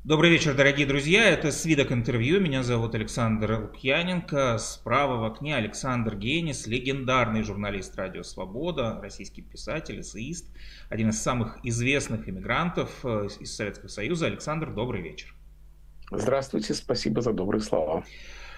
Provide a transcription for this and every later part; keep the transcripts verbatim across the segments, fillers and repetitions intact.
Добрый вечер, дорогие друзья. Это «Свидок интервью». Меня зовут Александр Лукьяненко. Справа в окне Александр Генис, легендарный журналист «Радио Свобода», российский писатель, эссеист, один из самых известных иммигрантов э, из Советского Союза. Александр, добрый вечер. Здравствуйте, спасибо за добрые слова.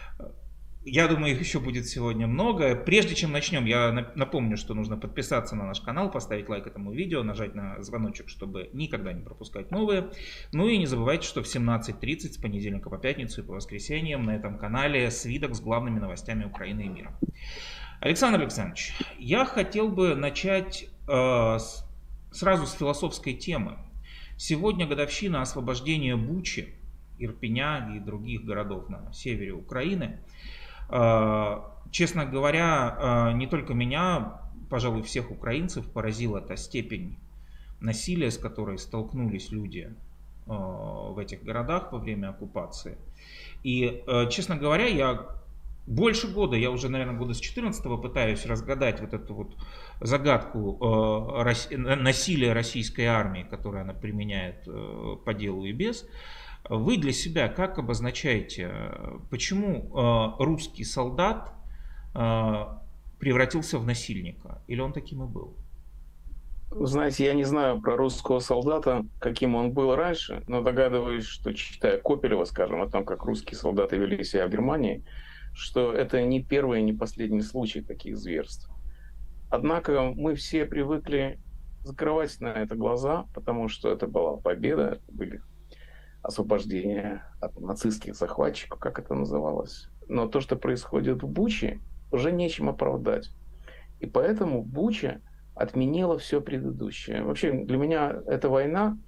Я думаю, их еще будет сегодня много. Прежде чем начнем, я напомню, что нужно подписаться на наш канал, поставить лайк этому видео, нажать на звоночек, чтобы никогда не пропускать новые. Ну и не забывайте, что в семнадцать тридцать с понедельника по пятницу и по воскресеньям на этом канале свидок с главными новостями Украины и мира. Александр Александрович, я хотел бы начать э, с, сразу с философской темы. Сегодня годовщина освобождения Бучи, Ирпеня и других городов на севере Украины. Честно говоря, не только меня, пожалуй, всех украинцев поразила та степень насилия, с которой столкнулись люди в этих городах во время оккупации. И, честно говоря, я больше года, я уже, наверное, года с четырнадцатого пытаюсь разгадать вот эту вот загадку насилия российской армии, которую она применяет по делу и без. Вы для себя как обозначаете, почему русский солдат превратился в насильника? Или он таким и был? Знаете, я не знаю про русского солдата, каким он был раньше, но догадываюсь, что, читая Копелева, скажем, о том, как русские солдаты вели себя в Германии, что это не первый и не последний случай таких зверств. Однако мы все привыкли закрывать на это глаза, потому что это была победа, это были освобождение от нацистских захватчиков, как это называлось. Но то, что происходит в Буче, уже нечем оправдать. И поэтому Буча отменила все предыдущее. Вообще для меня эта война,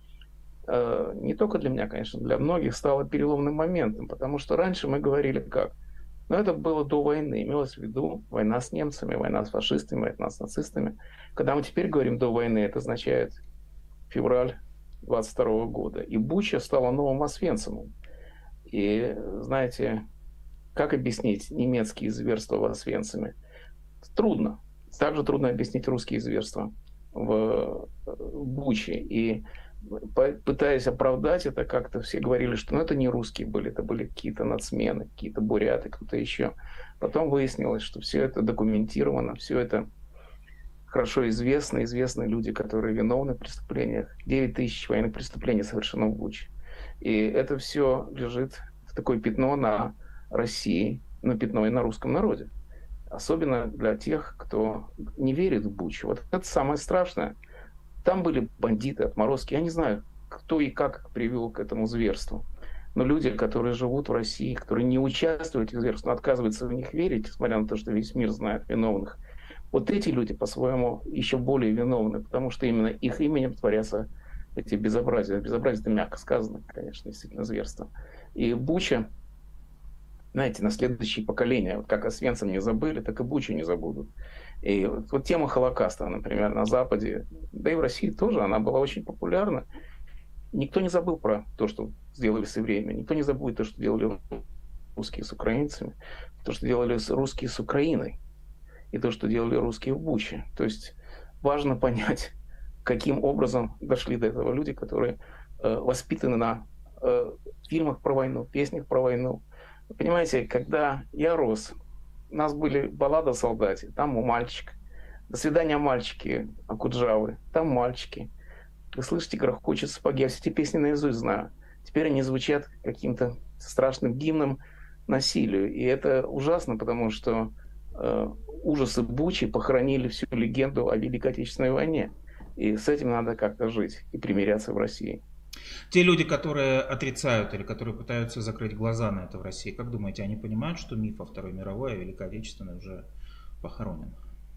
э, не только для меня, конечно, для многих стала переломным моментом, потому что раньше мы говорили как? Но это было до войны, имелось в виду война с немцами, война с фашистами, война с нацистами. Когда мы теперь говорим до войны, это означает февраль двадцать второго года. И Буча стала новым Освенцимом. И, знаете, как объяснить немецкие зверства в Освенциме? Трудно. Также трудно объяснить русские зверства в Буче. И пытаясь оправдать это, как-то все говорили, что ну, это не русские были, это были какие-то нацмены, какие-то буряты, кто-то еще. Потом выяснилось, что все это документировано, все это хорошо известно, известны люди, которые виновны в преступлениях. девять тысяч военных преступлений совершено в Буче. И это все лежит в такое пятно на России, но пятно и на русском народе. Особенно для тех, кто не верит в Бучу. Вот это самое страшное. Там были бандиты, отморозки. Я не знаю, кто и как привел к этому зверству. Но люди, которые живут в России, которые не участвуют в этих зверствах, но отказываются в них верить, несмотря на то, что весь мир знает виновных, вот эти люди, по-своему, еще более виновны, потому что именно их именем творятся эти безобразия. Безобразие — это мягко сказано, конечно, действительно зверство. И Буча, знаете, на следующие поколения, вот как Освенцим не забыли, так и Бучу не забудут. И вот, вот тема Холокоста, например, на Западе, да и в России тоже, она была очень популярна. Никто не забыл про то, что сделали с евреями, никто не забудет то, что делали русские с украинцами, то, что делали русские с Украиной, и то, что делали русские в Буче. То есть важно понять, каким образом дошли до этого люди, которые э, воспитаны на э, фильмах про войну, песнях про войну. Вы понимаете, когда я рос, у нас были баллады о солдате, там у мальчик. До свидания, мальчики, Акуджавы, там мальчики. Вы слышите, грохочет сапоги. Я все эти песни наизусть знаю. Теперь они звучат каким-то страшным гимном насилию. И это ужасно, потому что э, ужасы Бучи похоронили всю легенду о Великой Отечественной войне. И с этим надо как-то жить и примиряться в России. Те люди, которые отрицают или которые пытаются закрыть глаза на это в России, как думаете, они понимают, что миф о Второй мировой, о Великой Отечественной уже похоронен?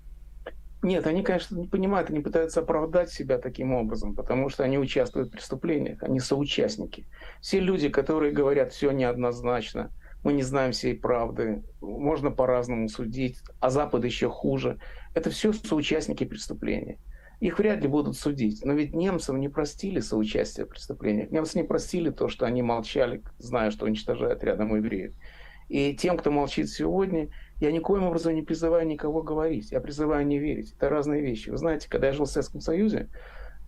Нет, они, конечно, не понимают, они пытаются оправдать себя таким образом, потому что они участвуют в преступлениях, они соучастники. Все люди, которые говорят, все неоднозначно, мы не знаем всей правды, можно по-разному судить, а Запад еще хуже, это все соучастники преступления. Их вряд ли будут судить. Но ведь немцам не простили соучастие в преступлениях. Немцы не простили то, что они молчали, зная, что уничтожают рядом евреев. И тем, кто молчит сегодня, я никоим образом не призываю никого говорить. Я призываю не верить. Это разные вещи. Вы знаете, когда я жил в Советском Союзе,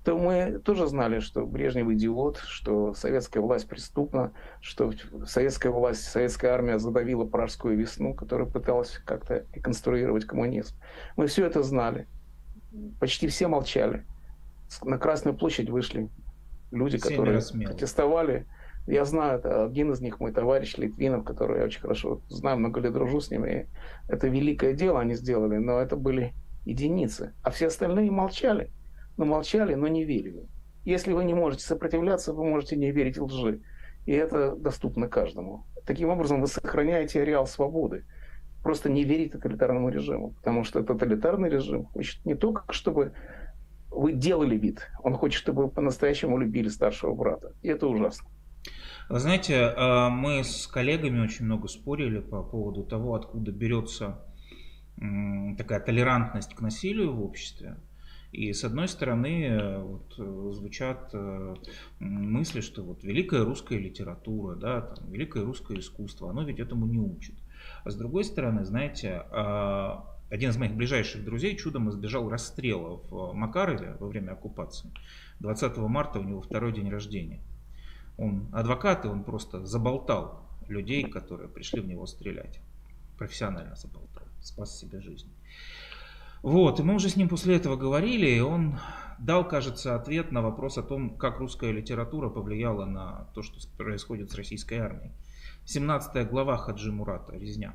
то мы тоже знали, что Брежнев идиот, что советская власть преступна, что советская власть, советская армия задавила Пражскую весну, которая пыталась как-то реконструировать коммунизм. Мы все это знали. Почти все молчали. На Красную площадь вышли люди, Семеро которые смелых. протестовали. Я знаю, это один из них, мой товарищ Литвинов, который я очень хорошо знаю, много лет дружу с ним. И это великое дело они сделали, но это были единицы. А все остальные молчали. Но молчали, но не верили. Если вы не можете сопротивляться, вы можете не верить в лжи. И это доступно каждому. Таким образом, вы сохраняете ареал свободы. Просто не верить тоталитарному режиму. Потому что тоталитарный режим хочет не только, чтобы вы делали вид. Он хочет, чтобы вы по-настоящему любили старшего брата. И это ужасно. Вы знаете, мы с коллегами очень много спорили по поводу того, откуда берется такая толерантность к насилию в обществе. И с одной стороны вот, звучат мысли, что вот великая русская литература, да, там, великое русское искусство, оно ведь этому не учит. А с другой стороны, знаете, один из моих ближайших друзей чудом избежал расстрела в Макарове во время оккупации. двадцатого марта у него второй день рождения. Он адвокат, и он просто заболтал людей, которые пришли в него стрелять. Профессионально заболтал, спас себе жизнь. Вот, и мы уже с ним после этого говорили, и он дал, кажется, ответ на вопрос о том, как русская литература повлияла на то, что происходит с российской армией. семнадцатая глава Хаджи Мурата «Резня».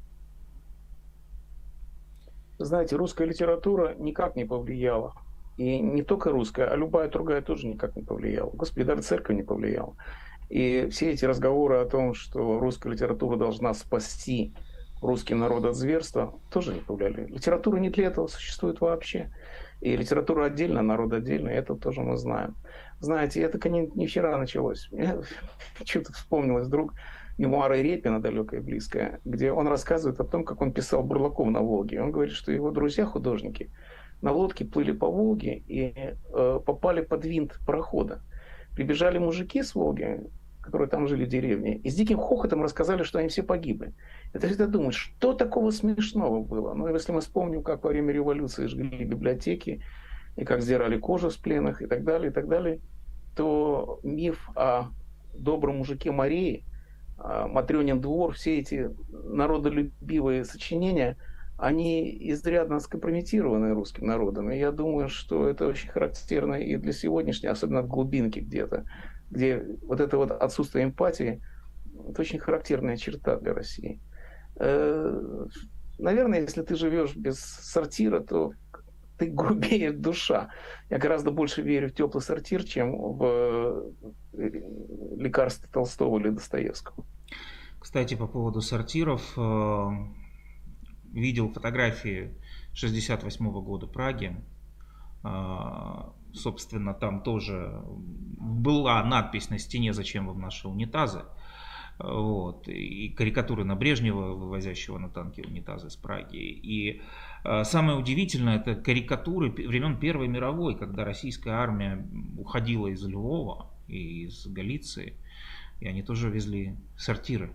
Знаете, русская литература никак не повлияла. И не только русская, а любая другая тоже никак не повлияла. Господи, даже церковь не повлияла. И все эти разговоры о том, что русская литература должна спасти русский народ от зверства, тоже не повлияли. Литература не для этого существует вообще. И литература отдельно, народ отдельно, это тоже мы знаем. Знаете, это не вчера началось. Мне что-то вспомнилось вдруг мемуары Репина «Далекое и близкое», где он рассказывает о том, как он писал Бурлаков на Волге. Он говорит, что его друзья-художники на лодке плыли по Волге и э, попали под винт парохода. Прибежали мужики с Волги, которые там жили в деревне, и с диким хохотом рассказали, что они все погибли. Это всегда думают, что такого смешного было. Но если мы вспомним, как во время революции жгли библиотеки, и как сдирали кожу с пленных, и так далее, и так далее, то миф о добром мужике Марии, Матрёнин двор, все эти народолюбивые сочинения, они изрядно скомпрометированы русским народом. И я думаю, что это очень характерно и для сегодняшней, особенно в глубинке где-то, где вот это вот отсутствие эмпатии, это очень характерная черта для России. Наверное, если ты живешь без сортира, то ты грубее душа. Я гораздо больше верю в теплый сортир, чем в лекарства Толстого или Достоевского. Кстати, по поводу сортиров, видел фотографии шестьдесят восьмого года Праги. Собственно, там тоже была надпись на стене «Зачем вам наши унитазы?». Вот. И карикатуры на Брежнева, вывозящего на танке унитазы с Праги. И самое удивительное, это карикатуры времен Первой мировой, когда российская армия уходила из Львова и из Галиции, и они тоже везли сортиры.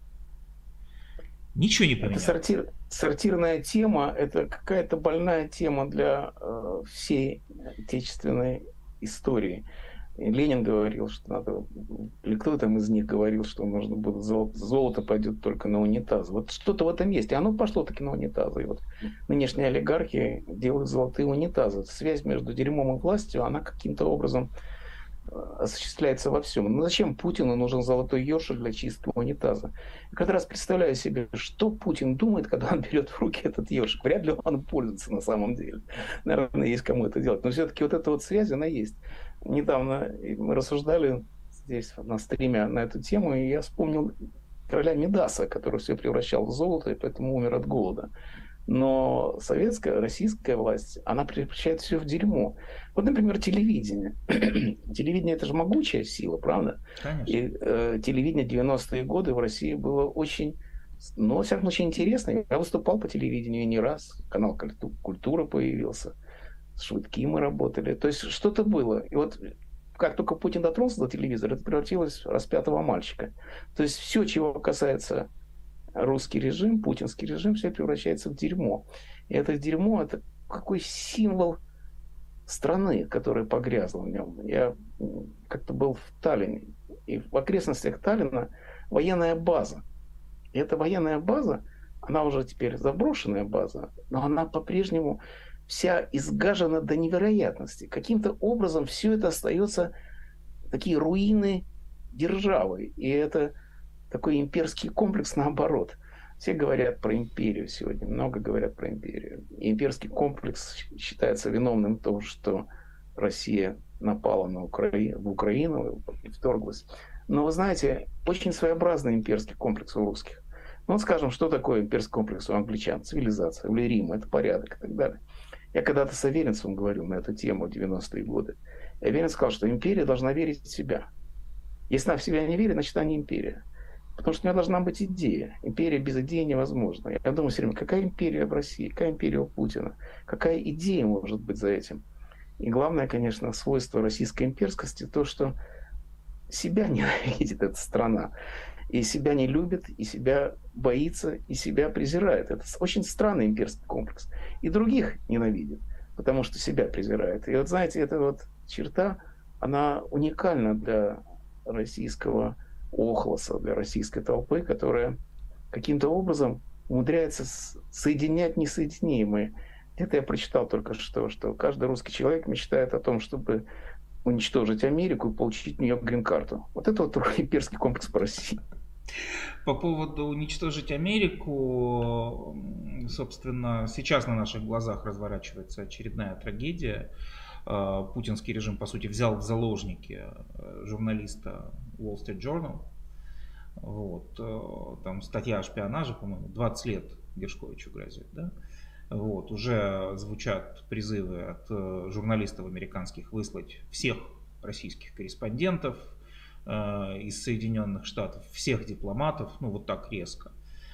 Ничего не поменялось. Это сортир, сортирная тема, это какая-то больная тема для э, всей отечественной истории. И Ленин говорил, что надо, или кто там из них говорил, что нужно будет золото, золото пойдет только на унитаз. Вот что-то в этом есть, и оно пошло таки на унитазы. И вот нынешние олигархи делают золотые унитазы. Связь между дерьмом и властью, она каким-то образом осуществляется во всем. Ну зачем Путину нужен золотой ёршик для чистки унитаза? Я как раз представляю себе, что Путин думает, когда он берет в руки этот ёршик. Вряд ли он пользуется на самом деле. Наверное, есть кому это делать. Но все-таки вот эта вот связь, она есть. Недавно мы рассуждали здесь на стриме на эту тему, и я вспомнил короля Мидаса, который все превращал в золото, и поэтому умер от голода. Но советская, российская власть, она превращает все в дерьмо. Вот, например, телевидение. Телевидение – это же могучая сила, правда? Конечно. И э, телевидение девяностые годы в России было очень, ну, во всяком случае, интересно. Я выступал по телевидению не раз. Канал «Культура» появился. С Швыдки мы работали. То есть что-то было. И вот как только Путин дотронулся до телевизора, это превратилось в распятого мальчика. То есть все, чего касается русский режим, путинский режим, все превращается в дерьмо. И это дерьмо, это какой символ страны, которая погрязла в нем. Я как-то был в Таллине, и в окрестностях Таллина военная база. И эта военная база, она уже теперь заброшенная база, но она по-прежнему вся изгажена до невероятности. Каким-то образом все это остается такие руины державы. И это такой имперский комплекс наоборот. Все говорят про империю сегодня, много говорят про империю. И имперский комплекс считается виновным в том, что Россия напала на Украину, в Украину и вторглась. Но вы знаете, очень своеобразный имперский комплекс у русских. Ну, вот скажем, что такое имперский комплекс у англичан? Цивилизация, у Рима, это порядок и так далее. Я когда-то с Аверинцевым говорил на эту тему в девяностые годы. И Аверинцев сказал, что империя должна верить в себя. Если она в себя не верит, значит, она не империя. Потому что у нее должна быть идея. Империя без идеи невозможна. Я думаю все время, какая империя в России, какая империя у Путина, какая идея может быть за этим. И главное, конечно, свойство российской имперскости, то, что себя ненавидит эта страна. И себя не любит, и себя боится, и себя презирает. Это очень странный имперский комплекс. И других ненавидит, потому что себя презирает. И вот знаете, эта вот черта, она уникальна для российского охлоса, для российской толпы, которая каким-то образом умудряется соединять несоединимые. Это я прочитал только что, что каждый русский человек мечтает о том, чтобы уничтожить Америку и получить в нее грин-карту. Вот это вот имперский комплекс по России. По поводу уничтожить Америку, собственно, сейчас на наших глазах разворачивается очередная трагедия. Путинский режим, по сути, взял в заложники журналиста Wall Street Journal. Вот. Там статья о шпионаже, по-моему, двадцать лет Гершковичу грозит. Да? Вот. Уже звучат призывы от журналистов американских выслать всех российских корреспондентов из Соединенных Штатов, всех дипломатов, ну вот так резко.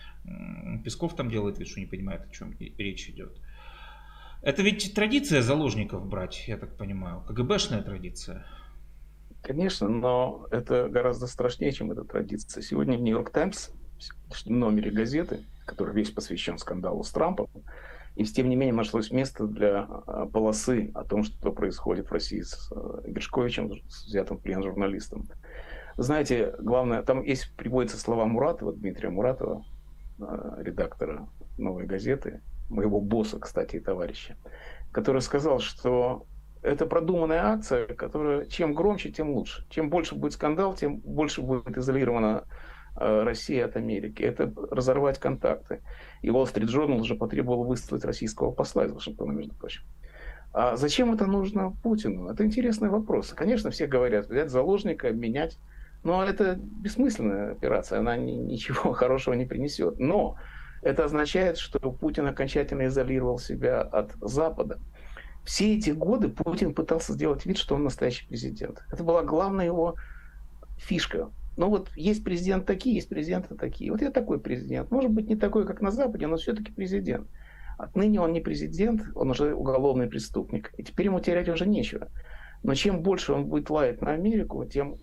Песков там делает вид, что не понимает, о чем речь идет. Это ведь традиция заложников брать, я так понимаю, КГБшная традиция. Конечно, но это гораздо страшнее, чем эта традиция. Сегодня в Нью-Йорк Таймс, в номере газеты, который весь посвящен скандалу с Трампом, и тем не менее нашлось место для полосы о том, что происходит в России с Гершковичем, с взятым в плен журналистом. Знаете, главное, там есть, приводятся слова Муратова, Дмитрия Муратова, редактора «Новой газеты», моего босса, кстати, и товарища, который сказал, что это продуманная акция, которая чем громче, тем лучше. Чем больше будет скандал, тем больше будет изолирована Россия от Америки. Это разорвать контакты. И Wall Street Journal уже потребовал выслать российского посла из Вашингтона, между прочим. А зачем это нужно Путину? Это интересный вопрос. Конечно, все говорят, взять заложника, обменять. Но это бессмысленная операция, она ни, ничего хорошего не принесет. Но это означает, что Путин окончательно изолировал себя от Запада. Все эти годы Путин пытался сделать вид, что он настоящий президент. Это была главная его фишка. Ну вот есть президент такие, есть президенты такие. Вот я такой президент. Может быть, не такой, как на Западе, но все-таки президент. Отныне он не президент, он уже уголовный преступник. И теперь ему терять уже нечего. Но чем больше он будет лаять на Америку, тем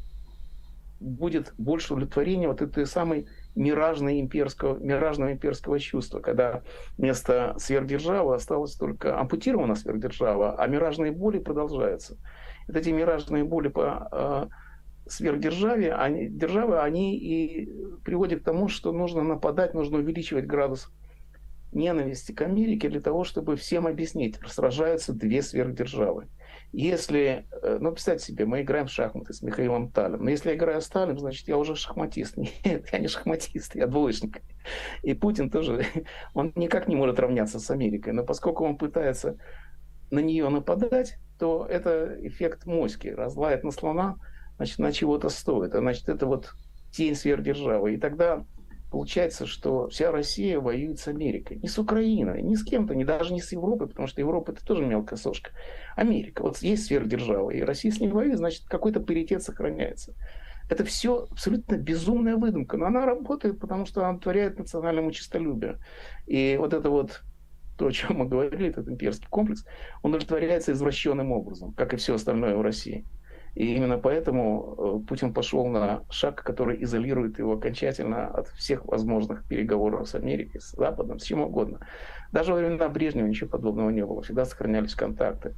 будет больше удовлетворения вот этой самой миражной имперского, миражного имперского чувства, когда вместо сверхдержавы осталась только ампутирована сверхдержава, а миражные боли продолжаются. Вот эти миражные боли по э, сверхдержаве, они, державы, они и приводят к тому, что нужно нападать, нужно увеличивать градус ненависти к Америке для того, чтобы всем объяснить, сражаются две сверхдержавы. Если, ну, представьте себе, мы играем в шахматы с Михаилом Талем. Но если я играю с Талем, значит, я уже шахматист. Нет, я не шахматист, я двоечник. И Путин тоже, он никак не может равняться с Америкой. Но поскольку он пытается на нее нападать, то это эффект моськи. Разлает на слона, значит, на чего-то стоит. А значит, это вот тень сверхдержавы. И тогда получается, что вся Россия воюет с Америкой. Не с Украиной, не с кем-то, не, даже не с Европой, потому что Европа — это тоже мелкая сошка. Америка. Вот есть сверхдержава, и Россия с ней воюет, значит, какой-то паритет сохраняется. Это все абсолютно безумная выдумка, но она работает, потому что она творяет национальному честолюбию. И вот это вот, то, о чем мы говорили, этот имперский комплекс, он удовлетворяется извращенным образом, как и все остальное в России. И именно поэтому Путин пошел на шаг, который изолирует его окончательно от всех возможных переговоров с Америкой, с Западом, с чем угодно. Даже во времена Брежнева ничего подобного не было. Всегда сохранялись контакты.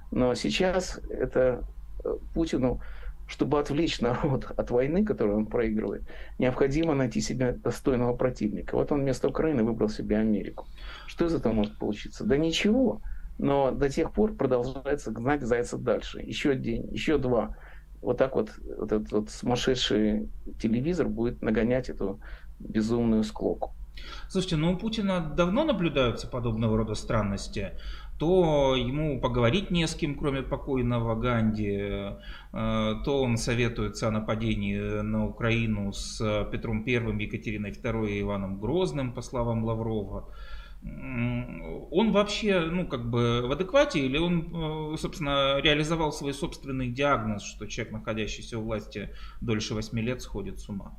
Но сейчас это э, Путину, чтобы отвлечь народ от войны, которую он проигрывает, необходимо найти себе достойного противника. Вот он вместо Украины выбрал себе Америку. Что из этого может получиться? Да ничего. Но до тех пор продолжается гнать зайца дальше. Еще день, еще два. Вот так вот, вот этот вот сумасшедший телевизор будет нагонять эту безумную склоку. Слушайте, ну у Путина давно наблюдаются подобного рода странности. То ему поговорить не с кем, кроме покойного Ганди, э, то он советуется о нападении на Украину с Петром Первым, Екатериной Второй и Иваном Грозным, по словам Лаврова. Он вообще, ну, как бы в адеквате, или он, э, собственно, реализовал свой собственный диагноз, что человек, находящийся у власти дольше восьми лет, сходит с ума?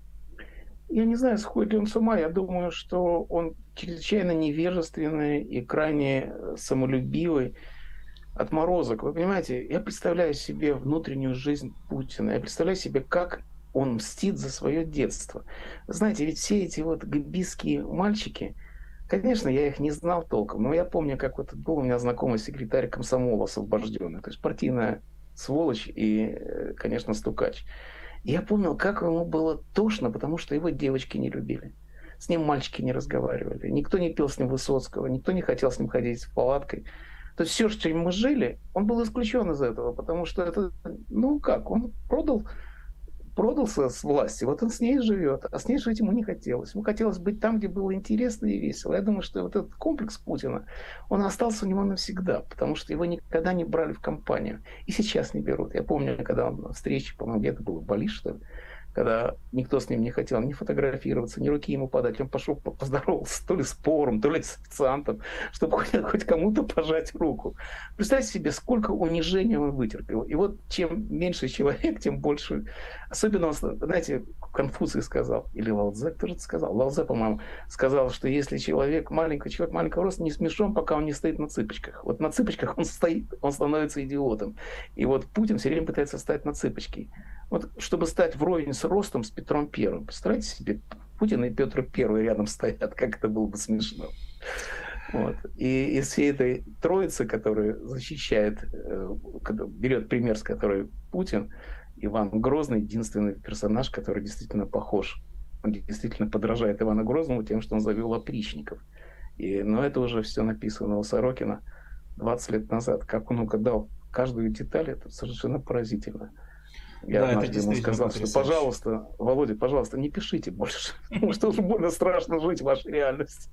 Я не знаю, сходит ли он с ума. Я думаю, что он чрезвычайно невежественный и крайне э, самолюбивый отморозок. Вы понимаете, я представляю себе внутреннюю жизнь Путина. Я представляю себе, как он мстит за свое детство. Знаете, ведь все эти вот гбистские мальчики, конечно, я их не знал толком, но я помню, как вот был у меня знакомый секретарь комсомола освобожденный, то есть партийная сволочь и, э, конечно, стукач. И я помнил, как ему было тошно, потому что его девочки не любили. С ним мальчики не разговаривали, никто не пил с ним Высоцкого, никто не хотел с ним ходить с палаткой. То есть все, что мы жили, он был исключен из этого, потому что это, ну как, он продал продался с власти, вот он с ней живет, а с ней жить ему не хотелось. Ему хотелось быть там, где было интересно и весело. Я думаю, что вот этот комплекс Путина, он остался у него навсегда, потому что его никогда не брали в компанию. И сейчас не берут. Я помню, когда он на встрече, по-моему, где-то было в Бали, что ли, когда никто с ним не хотел ни фотографироваться, ни руки ему подать. Он пошел поздоровался то ли с поваром, то ли с официантом, чтобы хоть, хоть кому-то пожать руку. Представьте себе, сколько унижения он вытерпел. И вот чем меньше человек, тем больше. Особенно, знаете, Конфуций сказал, или Лао Цзэ, кто же это сказал? Лао Цзэ, по-моему, сказал, что если человек маленький, человек маленького роста, не смешон, пока он не стоит на цыпочках. Вот на цыпочках он стоит, он становится идиотом. И вот Путин все время пытается встать на цыпочки. Вот чтобы стать вровень с ростом с Петром Первым. Представляете себе, Путин и Петр Первый рядом стоят, как это было бы смешно. Вот. И из всей этой троицы, которая защищает, берет пример, с которой Путин, Иван Грозный единственный персонаж, который действительно похож. Он действительно подражает Ивану Грозному тем, что он завел опричников. И, но это уже все написано у Сорокина двадцать лет назад. Как он угадал каждую деталь, это совершенно поразительно. Я Да, это однажды ему сказал, что, пожалуйста, Володя, пожалуйста, не пишите больше, потому что уже больно страшно жить в вашей реальности.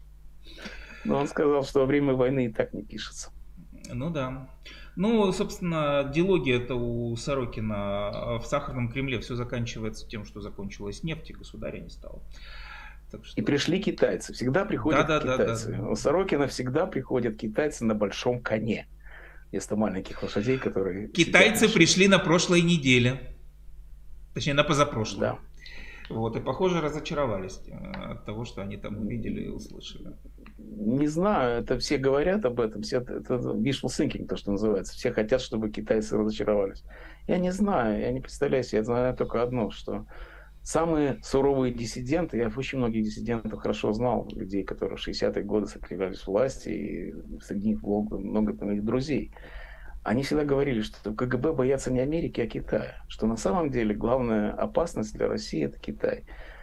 Но он сказал, что во время войны и так не пишется. Ну да. Ну, собственно, диалоги это у Сорокина в Сахарном Кремле все заканчивается тем, что закончилась нефть, и государя не стало. Так что... И пришли китайцы. Всегда приходят да, китайцы. Да, да, да. У Сорокина всегда приходят китайцы на большом коне. Вместо маленьких лошадей, которые... Китайцы пришли на прошлой неделе. Точнее, на позапрошлой. Да. Вот, и, похоже, разочаровались от того, что они там увидели и услышали. Не знаю, это все говорят об этом, все, это wishful thinking, то, что называется. Все хотят, чтобы китайцы разочаровались. Я не знаю, я не представляю себе, я знаю только одно, что самые суровые диссиденты, я очень многих диссидентов хорошо знал, людей, которые в шестидесятые годы сопротивлялись власти, и среди них много, много моих друзей. Они всегда говорили, что КГБ боятся не Америки, а Китая. Что на самом деле главная опасность для России – это Китай.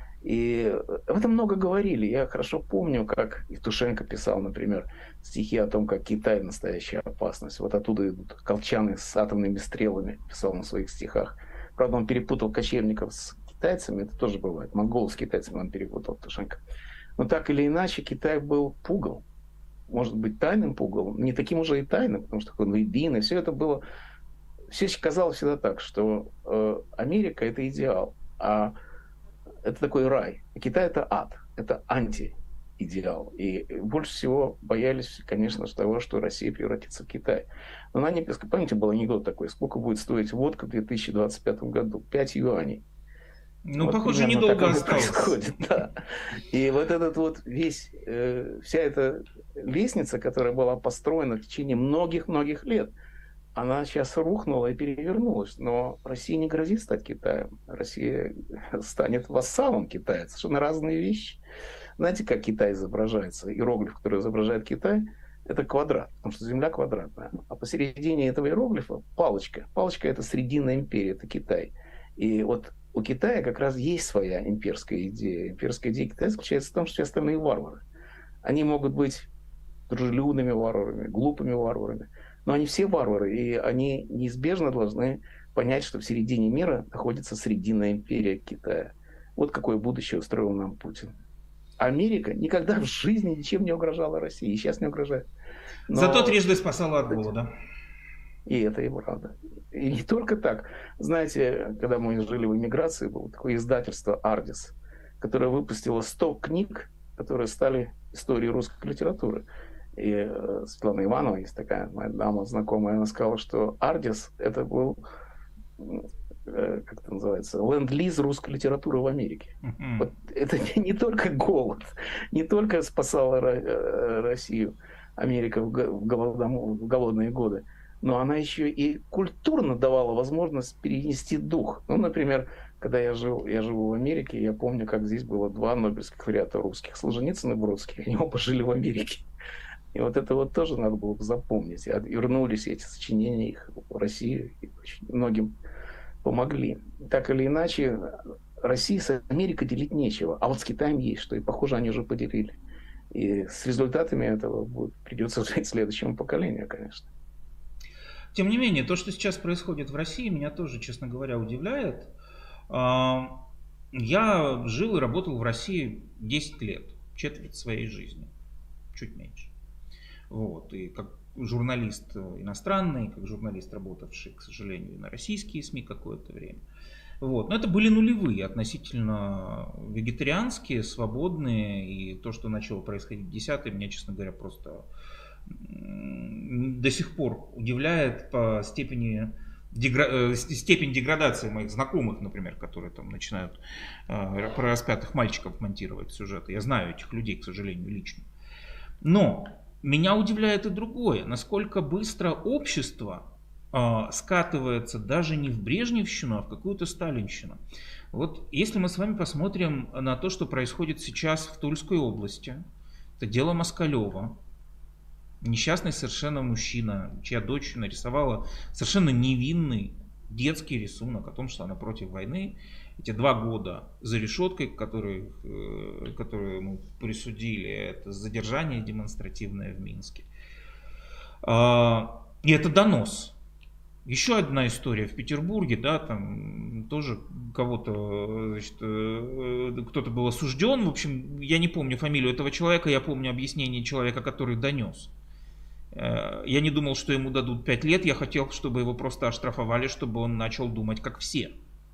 И об этом много говорили. Я хорошо помню, как Евтушенко писал, например, стихи о том, как Китай – настоящая опасность. Вот оттуда идут колчаны с атомными стрелами, писал он в своих стихах. Правда, он перепутал кочевников с китайцами, это тоже бывает. Монголов с китайцами он перепутал, Евтушенко. Но так или иначе, Китай был пугал. Может быть, тайным пугалом, не таким уже и тайным, потому что он единый. Все это было, все казалось всегда так, что э, Америка – это идеал, а это такой рай. А Китай – это ад, это антиидеал. И больше всего боялись, конечно, того, что Россия превратится в Китай. Но на ней, помните, был анекдот такой, сколько будет стоить водка в две тысячи двадцать пятом году? пять юаней. Ну, вот похоже, недолго осталось. Происходит, да. И вот этот вот весь, э, вся эта лестница, которая была построена в течение многих-многих лет, она сейчас рухнула и перевернулась. Но Россия не грозит стать Китаем. Россия станет вассалом Китая. Это совершенно разные вещи. Знаете, как Китай изображается? Иероглиф, который изображает Китай, это квадрат, потому что Земля квадратная. А посередине этого иероглифа палочка. Палочка – это Срединная империя, это Китай. И вот у Китая как раз есть своя имперская идея. Имперская идея Китая заключается в том, что все остальные варвары. Они могут быть дружелюбными варварами, глупыми варварами, но они все варвары, и они неизбежно должны понять, что в середине мира находится Срединная империя Китая. Вот какое будущее устроил нам Путин. Америка никогда в жизни ничем не угрожала России, и сейчас не угрожает. Зато Но трижды спасала от голода. и это и правда. И не только так. Знаете, когда мы жили в эмиграции, было такое издательство «Ардис», которое выпустило сто книг, которые стали историей русской литературы. И э, Светлана Иванова, есть такая моя дама знакомая, она сказала, что «Ардис» — это был, э, как это называется, ленд-лиз русской литературы в Америке. Uh-huh. Вот это не, не только голод, не только спасала э, Россию, Америка в, в, голодом, в голодные годы, но она еще и культурно давала возможность перенести дух. Ну, например, когда я жил, я живу в Америке, я помню, как здесь было два нобелевских лауреата русских, Солженицын и Бродский, они оба жили в Америке. И вот это вот тоже надо было бы запомнить. И вернулись эти сочинения их в Россию, и очень многим помогли. Так или иначе, России с Америкой делить нечего, а вот с Китаем есть что, и, похоже, они уже поделили. И с результатами этого будет, придется жить следующему поколению, конечно. Тем не менее, то, что сейчас происходит в России, меня тоже, честно говоря, удивляет. Я жил и работал в России десять лет, четверть своей жизни, чуть меньше. Вот. И как журналист иностранный, как журналист, работавший, к сожалению, на российские СМИ какое-то время. Вот. Но это были нулевые, относительно вегетарианские, свободные. И то, что начало происходить в десятые, меня, честно говоря, просто до сих пор удивляет по степени дегра... степень деградации моих знакомых, например, которые там начинают э, про распятых мальчиков монтировать сюжеты. Я знаю этих людей, к сожалению, лично. Но меня удивляет и другое, насколько быстро общество э, скатывается даже не в брежневщину, а в какую-то сталинщину. Вот если мы с вами посмотрим на то, что происходит сейчас в Тульской области, это дело Москалева. Несчастный совершенно мужчина, чья дочь нарисовала совершенно невинный детский рисунок о том, что она против войны. Эти два года за решеткой, которые, которые ему присудили, это задержание демонстративное в Минске. И это донос. Еще одна история в Петербурге, да, там тоже кого-то, значит, кто-то был осужден. В общем, я не помню фамилию этого человека, я помню объяснение человека, который донес. Я не думал, что ему дадут пять лет, я хотел, чтобы его просто оштрафовали, чтобы он начал думать, как все.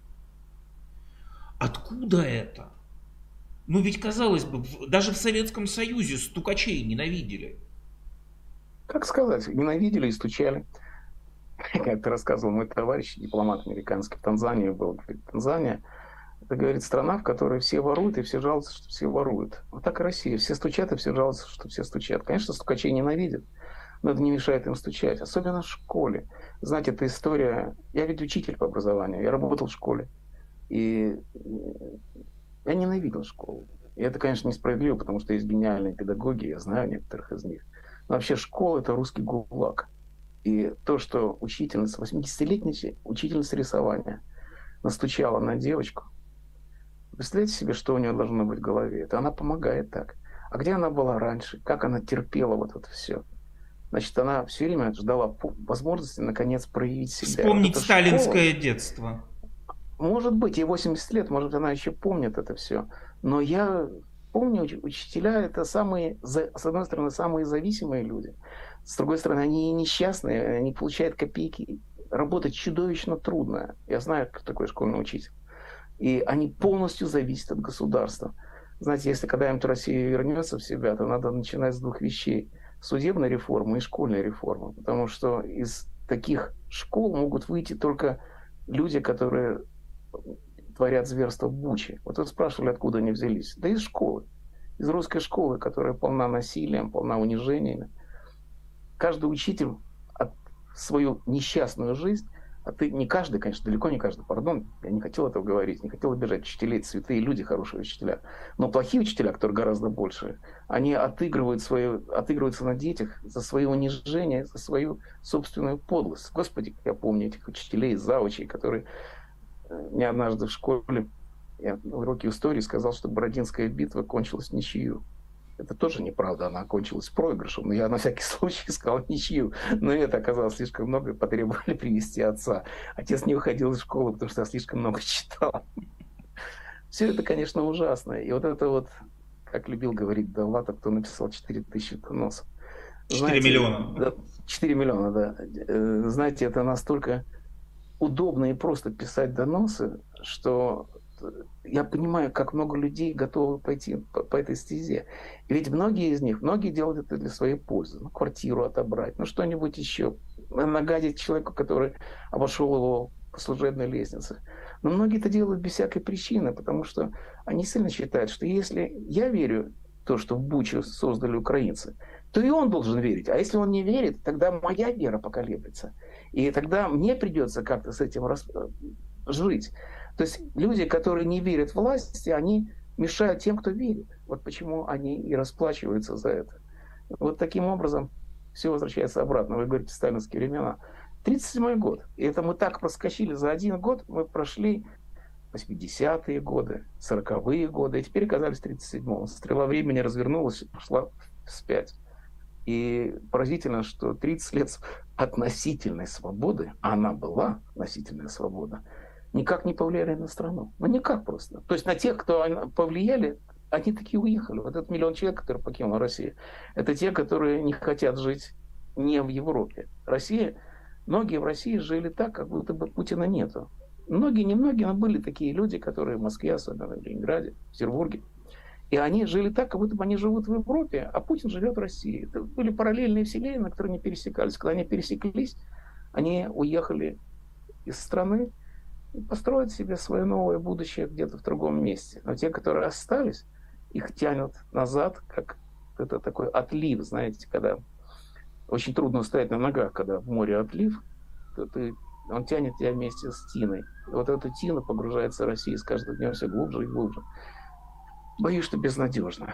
Откуда это? Ну ведь, казалось бы, даже в Советском Союзе стукачей ненавидели. Как сказать, ненавидели и стучали. Как ты рассказывал, мой товарищ, дипломат американский, в Танзании был. Говорит, Танзания, это, говорит, страна, в которой все воруют и все жалуются, что все воруют. Вот так и Россия. Все стучат и все жалуются, что все стучат. Конечно, стукачей ненавидят, но это не мешает им стучать. Особенно в школе. Знаете, эта история... Я ведь учитель по образованию, я работал в школе. И я ненавидел школу. И это, конечно, несправедливо, потому что есть гениальные педагоги, я знаю некоторых из них. Но вообще школа – это русский ГУЛАГ. И то, что учительница, восьмидесятилетняя учительница рисования, настучала на девочку, представляете себе, что у нее должно быть в голове? Это она помогает так. А где она была раньше? Как она терпела вот это все? Значит, она все время ждала возможности, наконец, проявить себя. Вспомнить вот сталинское школа, детство. Может быть, ей восемьдесят лет, может, она еще помнит это все. Но я помню, учителя — это самые, с одной стороны, самые зависимые люди. С другой стороны, они несчастные, они получают копейки. Работать чудовищно трудно. Я знаю, кто такой школьный учитель. И они полностью зависят от государства. Знаете, если когда-нибудь Россия вернется в себя, то надо начинать с двух вещей. Судебной реформы и школьной реформы. Потому что из таких школ могут выйти только люди, которые творят зверство в Буче. Вот вы спрашивали, откуда они взялись. Да из школы. Из русской школы, которая полна насилием, полна унижениями. Каждый учитель от свою несчастную жизнь А ты не каждый, конечно, далеко не каждый, пардон, я не хотел этого говорить, не хотел обижать учителей, святые люди, хорошие учителя. Но плохие учителя, которые гораздо больше, они отыгрывают свое, отыгрываются на детях за свое унижение, за свою собственную подлость. Господи, я помню этих учителей, завучей, которые не однажды в школе, я на уроке истории сказал, что Бородинская битва кончилась ничью. Это тоже неправда, она окончилась проигрышем. Но я на всякий случай сказал ничью. Но это оказалось слишком много, потребовали привести отца. Отец не выходил из школы, потому что я слишком много читал. Все это, конечно, ужасно. И вот это вот, как любил говорить Довлатов, кто написал четыре тысячи доносов. четыре миллиона. четыре миллиона, да. Знаете, это настолько удобно и просто писать доносы, что я понимаю, как много людей готовы пойти по, по этой стезе. И ведь многие из них, многие делают это для своей пользы. Ну, квартиру отобрать, ну, что-нибудь еще. Нагадить человеку, который обошел его по служебной лестнице. Но многие это делают без всякой причины, потому что они сильно считают, что если я верю в то, что в Буче создали украинцы, то и он должен верить. А если он не верит, тогда моя вера поколеблется. И тогда мне придется как-то с этим рас... жить. То есть люди, которые не верят в власти, они мешают тем, кто верит. Вот почему они и расплачиваются за это. Вот таким образом все возвращается обратно. Вы говорите, сталинские времена. тридцать седьмой год. И это мы так проскочили. За один год мы прошли восьмидесятые годы, сороковые годы. И теперь оказались в тридцать седьмом. Стрела времени развернулась и пошла вспять. И поразительно, что тридцать лет относительной свободы, а она была относительная свобода, никак не повлияли на страну. Ну, никак просто. То есть на тех, кто повлияли, они такие уехали. Вот этот миллион человек, который покинул Россию, это те, которые не хотят жить не в Европе. Россия, многие в России жили так, как будто бы Путина нету. Многие, немногие, но были такие люди, которые в Москве, особенно в Ленинграде, в Петербурге. И они жили так, как будто бы они живут в Европе, а Путин живет в России. Это были параллельные вселенные, которые не пересекались. Когда они пересеклись, они уехали из страны и построить себе свое новое будущее где-то в другом месте. Но те, которые остались, их тянут назад, как это такой отлив, знаете, когда очень трудно стоять на ногах, когда в море отлив, то ты, он тянет тебя вместе с тиной. И вот эта тина погружается в Россию с каждым днем все глубже и глубже. Боюсь, что безнадежно.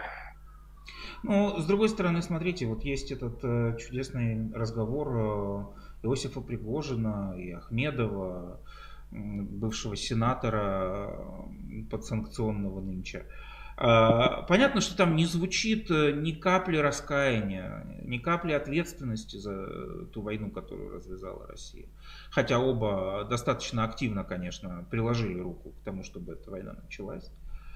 Ну, с другой стороны, смотрите, вот есть этот э, чудесный разговор э, Иосифа Пригожина и Ахмедова, э, бывшего сенатора э, подсанкционного нынче. Э, понятно, что там не звучит ни капли раскаяния, ни капли ответственности за ту войну, которую развязала Россия. Хотя оба достаточно активно, конечно, приложили руку к тому, чтобы эта война началась.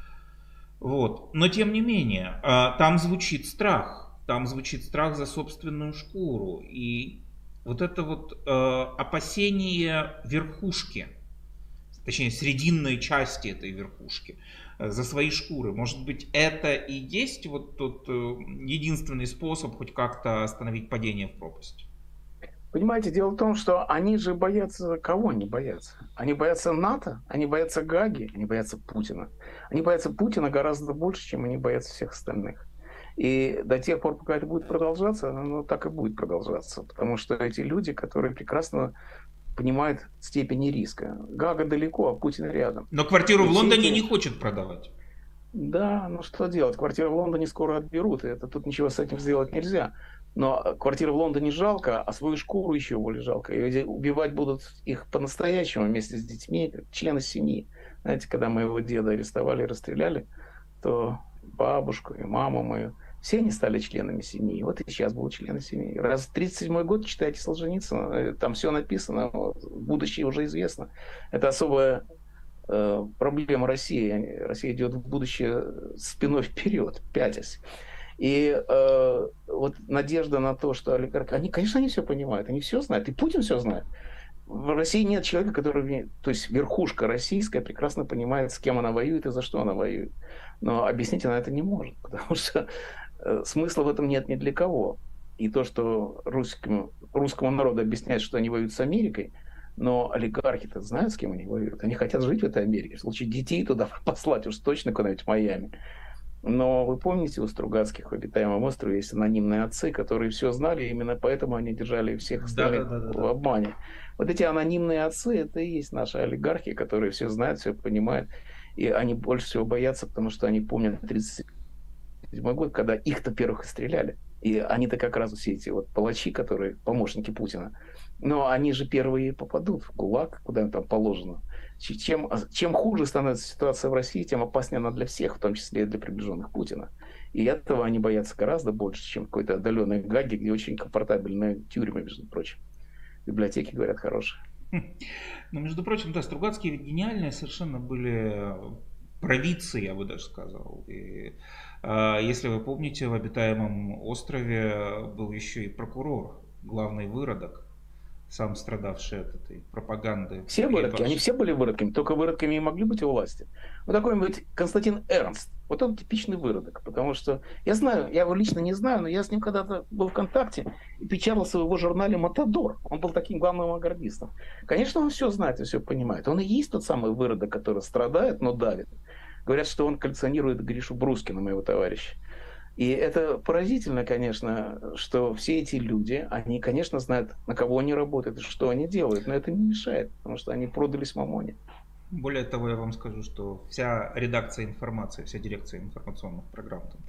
Вот. Но тем не менее, там звучит страх, там звучит страх за собственную шкуру. И вот это вот опасение верхушки, точнее срединной части этой верхушки, за свои шкуры, может быть, это и есть вот тот единственный способ хоть как-то остановить падение в пропасть? Понимаете, дело в том, что они же боятся, кого они боятся? Они боятся НАТО, они боятся Гаги, они боятся Путина. Они боятся Путина гораздо больше, чем они боятся всех остальных. И до тех пор, пока это будет продолжаться, оно так и будет продолжаться. Потому что эти люди, которые прекрасно понимают степень риска. Гага далеко, а Путин рядом. Но квартиру и в Лондоне эти... не хочет продавать. Да, ну что делать? Квартиру в Лондоне скоро отберут, и это тут ничего с этим сделать нельзя. Но квартиру в Лондоне жалко, а свою шкуру еще более жалко. И убивать будут их по-настоящему вместе с детьми, члены семьи. Знаете, когда моего деда арестовали и расстреляли, то бабушку и маму мою, все они стали членами семьи. Вот и сейчас будут члены семьи. Раз в тридцать седьмой год читайте Солженицына, там все написано, будущее уже известно. Это особая э, проблема России. Россия идет в будущее спиной вперед, пятясь. И э, вот надежда на то, что олигархи... Они, конечно, они все понимают, они все знают, и Путин все знает. В России нет человека, который... То есть верхушка российская прекрасно понимает, с кем она воюет и за что она воюет. Но объяснить она это не может, потому что э, смысла в этом нет ни для кого. И то, что русскому, русскому народу объясняют, что они воюют с Америкой, но олигархи-то знают, с кем они воюют. Они хотят жить в этой Америке. В случае детей туда послать уж точно куда-нибудь в Майами. Но вы помните, у Стругацких в обитаемом острове есть анонимные отцы, которые все знали, именно поэтому они держали всех Да, да, остальных да, да, в да. обмане. Вот эти анонимные отцы, это и есть наши олигархи, которые все знают, все понимают, и они больше всего боятся, потому что они помнят тридцать седьмой год, когда их-то первых и стреляли. И они-то как раз все эти вот палачи, которые помощники Путина, но они же первые попадут в ГУЛАГ, куда им там положено. Чем, чем хуже становится ситуация в России, тем опаснее она для всех, в том числе и для приближенных Путина. И этого они боятся гораздо больше, чем какой-то отдаленной Гаги, где очень комфортабельные тюрьмы, между прочим. Библиотеки, говорят, хорошие. Ну, между прочим, да, Стругацкие ведь гениальные совершенно были провидцы, я бы даже сказал. И, э, если вы помните, в обитаемом острове был еще и прокурор, главный выродок, сам страдавший от этой пропаганды. Все И выродки, они вообще- все были выродками, только выродками и могли быть у власти. Вот такой-нибудь Константин Эрнст, вот он типичный выродок, потому что я знаю, я его лично не знаю, но я с ним когда-то был в контакте и печатался в его журнале «Матадор». Он был таким главным авангардистом. Конечно, он все знает и все понимает. Он и есть тот самый выродок, который страдает, но давит. Говорят, что он коллекционирует Гришу Брускина, моего товарища. И это поразительно, конечно, что все эти люди, они, конечно, знают, на кого они работают и что они делают, но это не мешает, потому что они продались мамоне. Более того, я вам скажу, что вся редакция информации, вся дирекция информационных программ там.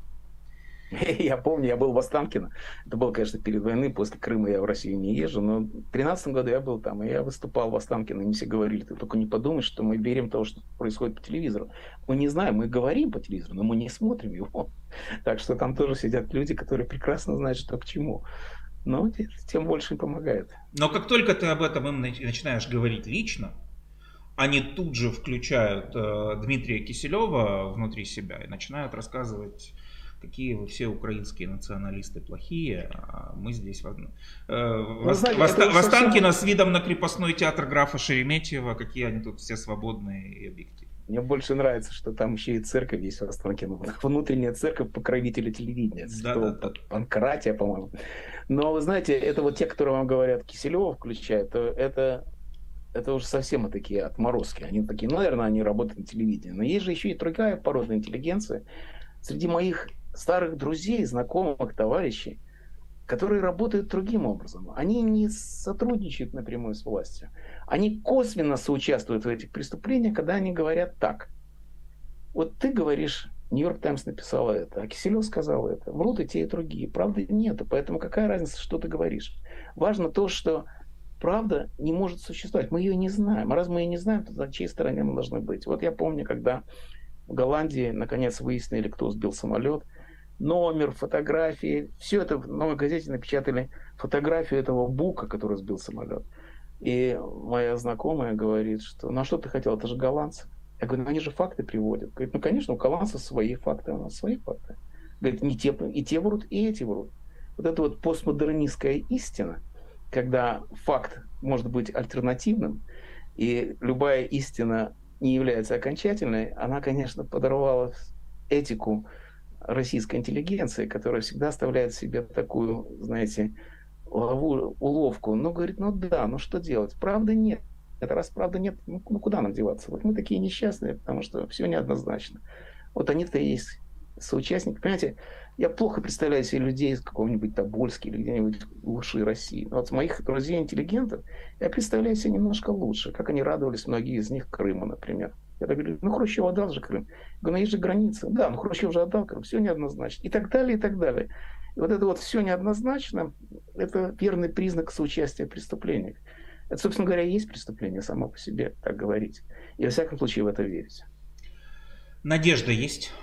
Я помню, я был в Останкино. Это было, конечно, перед войной. После Крыма я в Россию не езжу. Но в две тысячи тринадцатом году я был там, и я выступал в Останкино. И мне все говорили, ты только не подумай, что мы верим в то, что происходит по телевизору. Мы не знаем, мы говорим по телевизору, но мы не смотрим его. Так что там тоже сидят люди, которые прекрасно знают, что к чему. Но тем больше им помогает. Но как только ты об этом им начинаешь говорить лично, они тут же включают э, Дмитрия Киселева внутри себя и начинают рассказывать, какие вы все украинские националисты плохие, а мы здесь в, одно... э, Ну, в, знаете, в, это в Останкино совсем... с видом на крепостной театр графа Шереметьева, какие они тут все свободные и объективные. Мне больше нравится, что там еще и церковь есть в Останкино. Внутренняя церковь покровителя телевидения. Да, Святого да, да. Панкратия, по-моему. Но вы знаете, это вот те, которые вам говорят, Киселева включают, то это, это уже совсем такие отморозки. Они такие, ну, наверное, они работают на телевидении. Но есть же еще и другая порода интеллигенции. Среди моих старых друзей, знакомых, товарищей, которые работают другим образом. Они не сотрудничают напрямую с властью. Они косвенно соучаствуют в этих преступлениях, когда они говорят так. Вот ты говоришь, Нью-Йорк Таймс написала это, а Киселев сказал это. Врут и те, и другие. Правды нет. Поэтому какая разница, что ты говоришь? Важно то, что правда не может существовать. Мы ее не знаем. А раз мы ее не знаем, то на чьей стороне мы должны быть? Вот я помню, когда в Голландии наконец выяснили, кто сбил самолет, номер, фотографии, все это в новой газете напечатали фотографию этого Бука, который сбил самолет. И моя знакомая говорит, что ну а что ты хотел, это же голландцы. Я говорю, ну они же факты приводят. Говорит, ну конечно, у голландцев свои факты, у нас свои факты. Говорит, не те, и те врут, и эти врут. Вот это вот постмодернистская истина, когда факт может быть альтернативным, и любая истина не является окончательной, она, конечно, подорвала этику российской интеллигенции, которая всегда оставляет себе такую, знаете, лову, уловку. Ну, говорит, ну да, ну что делать? Правды нет. Это раз правды нет, ну, ну куда нам деваться? Вот мы такие несчастные, потому что все неоднозначно. Вот они-то и есть соучастники. Понимаете, я плохо представляю себе людей из какого-нибудь Тобольска или где-нибудь глуши России. Но вот с моих друзей-интеллигентов я представляю себе немножко лучше, как они радовались, многие из них, Крыму, например. Я так говорю, ну Хрущев отдал же Крым. Я говорю, ну есть же граница. Да, ну Хрущев же отдал Крым, все неоднозначно. И так далее, и так далее. И вот это вот все неоднозначно, это верный признак соучастия в преступлениях. Это, собственно говоря, и есть преступление само по себе, так говорить. И во всяком случае в это верить. Надежда есть?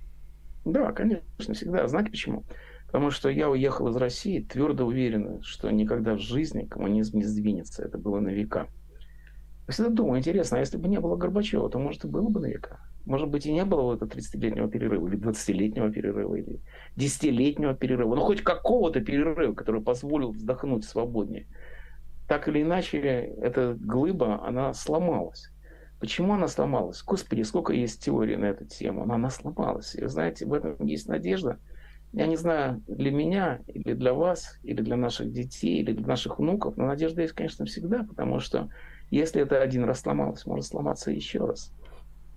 Да, конечно, всегда. Знаете почему? Потому что я уехал из России твердо уверен, что никогда в жизни коммунизм не сдвинется. Это было на века. Я всегда думаю, интересно, а если бы не было Горбачева, то, может, и было бы на века. Может быть, и не было вот этого тридцатилетнего перерыва, или двадцатилетнего перерыва, или десятилетнего перерыва. Ну, хоть какого-то перерыва, который позволил вздохнуть свободнее. Так или иначе, эта глыба, она сломалась. Почему она сломалась? Господи, сколько есть теорий на эту тему. Но она сломалась. И, знаете, в этом есть надежда. Я не знаю, для меня, или для вас, или для наших детей, или для наших внуков, но надежда есть, конечно, всегда, потому что если это один раз сломалось, может сломаться еще раз.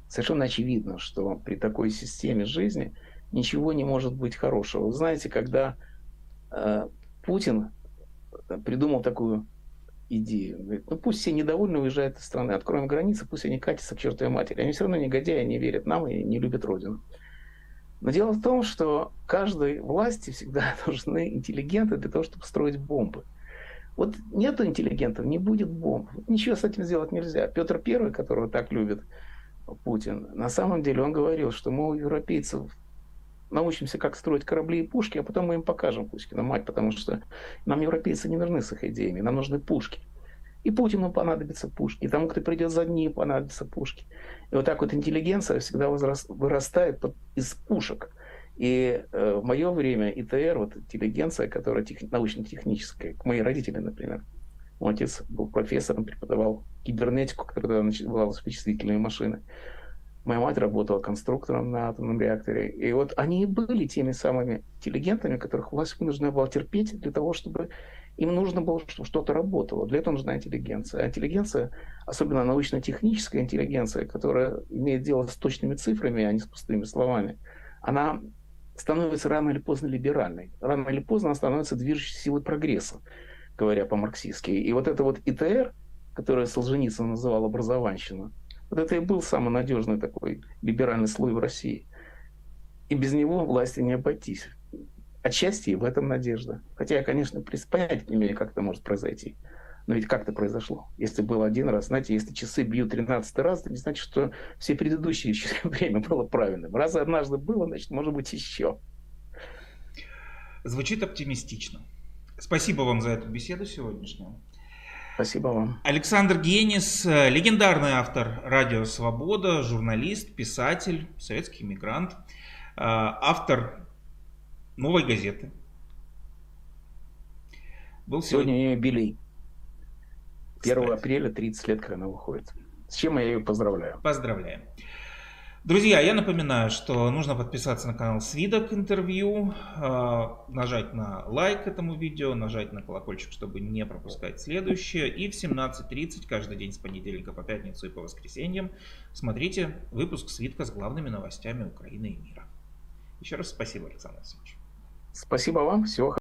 совершенно очевидно, что при такой системе жизни ничего не может быть хорошего. Вы знаете, когда э, Путин придумал такую идею, говорит, ну пусть все недовольны уезжают из страны, откроем границы, пусть они катятся к чертовой матери. Они все равно негодяи, не верят нам и не любят Родину. Но дело в том, что каждой власти всегда нужны интеллигенты для того, чтобы строить бомбы. Вот нету интеллигентов, не будет бомб. Ничего с этим сделать нельзя. Петр Первый, которого так любит Путин, на самом деле он говорил, что мы у европейцев научимся, как строить корабли и пушки, а потом мы им покажем Пушкина мать, потому что нам европейцы не нужны с их идеями, нам нужны пушки. И Путину понадобятся пушки, и тому, кто придет за ним, понадобятся пушки. И вот так вот интеллигенция всегда возраст, вырастает под, из пушек. И э, в мое время ИТР, вот интеллигенция, которая тех, научно-техническая, мои родители, например, мой отец был профессором, преподавал кибернетику, которая называлась вычислительные машины. Моя мать работала конструктором на атомном реакторе. И вот они и были теми самыми интеллигентами, которых власть вынуждена была терпеть для того, чтобы им нужно было, чтобы что-то работало. Для этого нужна интеллигенция. А интеллигенция, особенно научно-техническая интеллигенция, которая имеет дело с точными цифрами, а не с пустыми словами, она становится рано или поздно либеральной. Рано или поздно она становится движущей силой прогресса, говоря по-марксистски. И вот это вот ИТР, которое Солженицын называл образованщина, вот это и был самый надежный такой либеральный слой в России. И без него власти не обойтись. Отчасти в этом надежда. Хотя я, конечно, понятия не имею, как это может произойти. Но ведь как-то произошло. Если было один раз, знаете, если часы бьют тринадцатый раз, это не значит, что все предыдущие время было правильным. Раз однажды было, значит, может быть еще. Звучит оптимистично. Спасибо вам за эту беседу сегодняшнюю. Спасибо вам. Александр Генис, легендарный автор «Радио Свобода», журналист, писатель, советский эмигрант, автор «Новой газеты». Был сегодня, сегодня у нее юбилей. первого апреля, тридцать лет, когда она выходит. С чем я ее поздравляю. Поздравляем. Друзья, я напоминаю, что нужно подписаться на канал Свидок интервью, нажать на лайк этому видео, нажать на колокольчик, чтобы не пропускать следующее. И в семнадцать тридцать каждый день с понедельника по пятницу и по воскресеньям смотрите выпуск Свидка с главными новостями Украины и мира. Еще раз спасибо, Александр Александрович. Спасибо вам. Всего хорошего.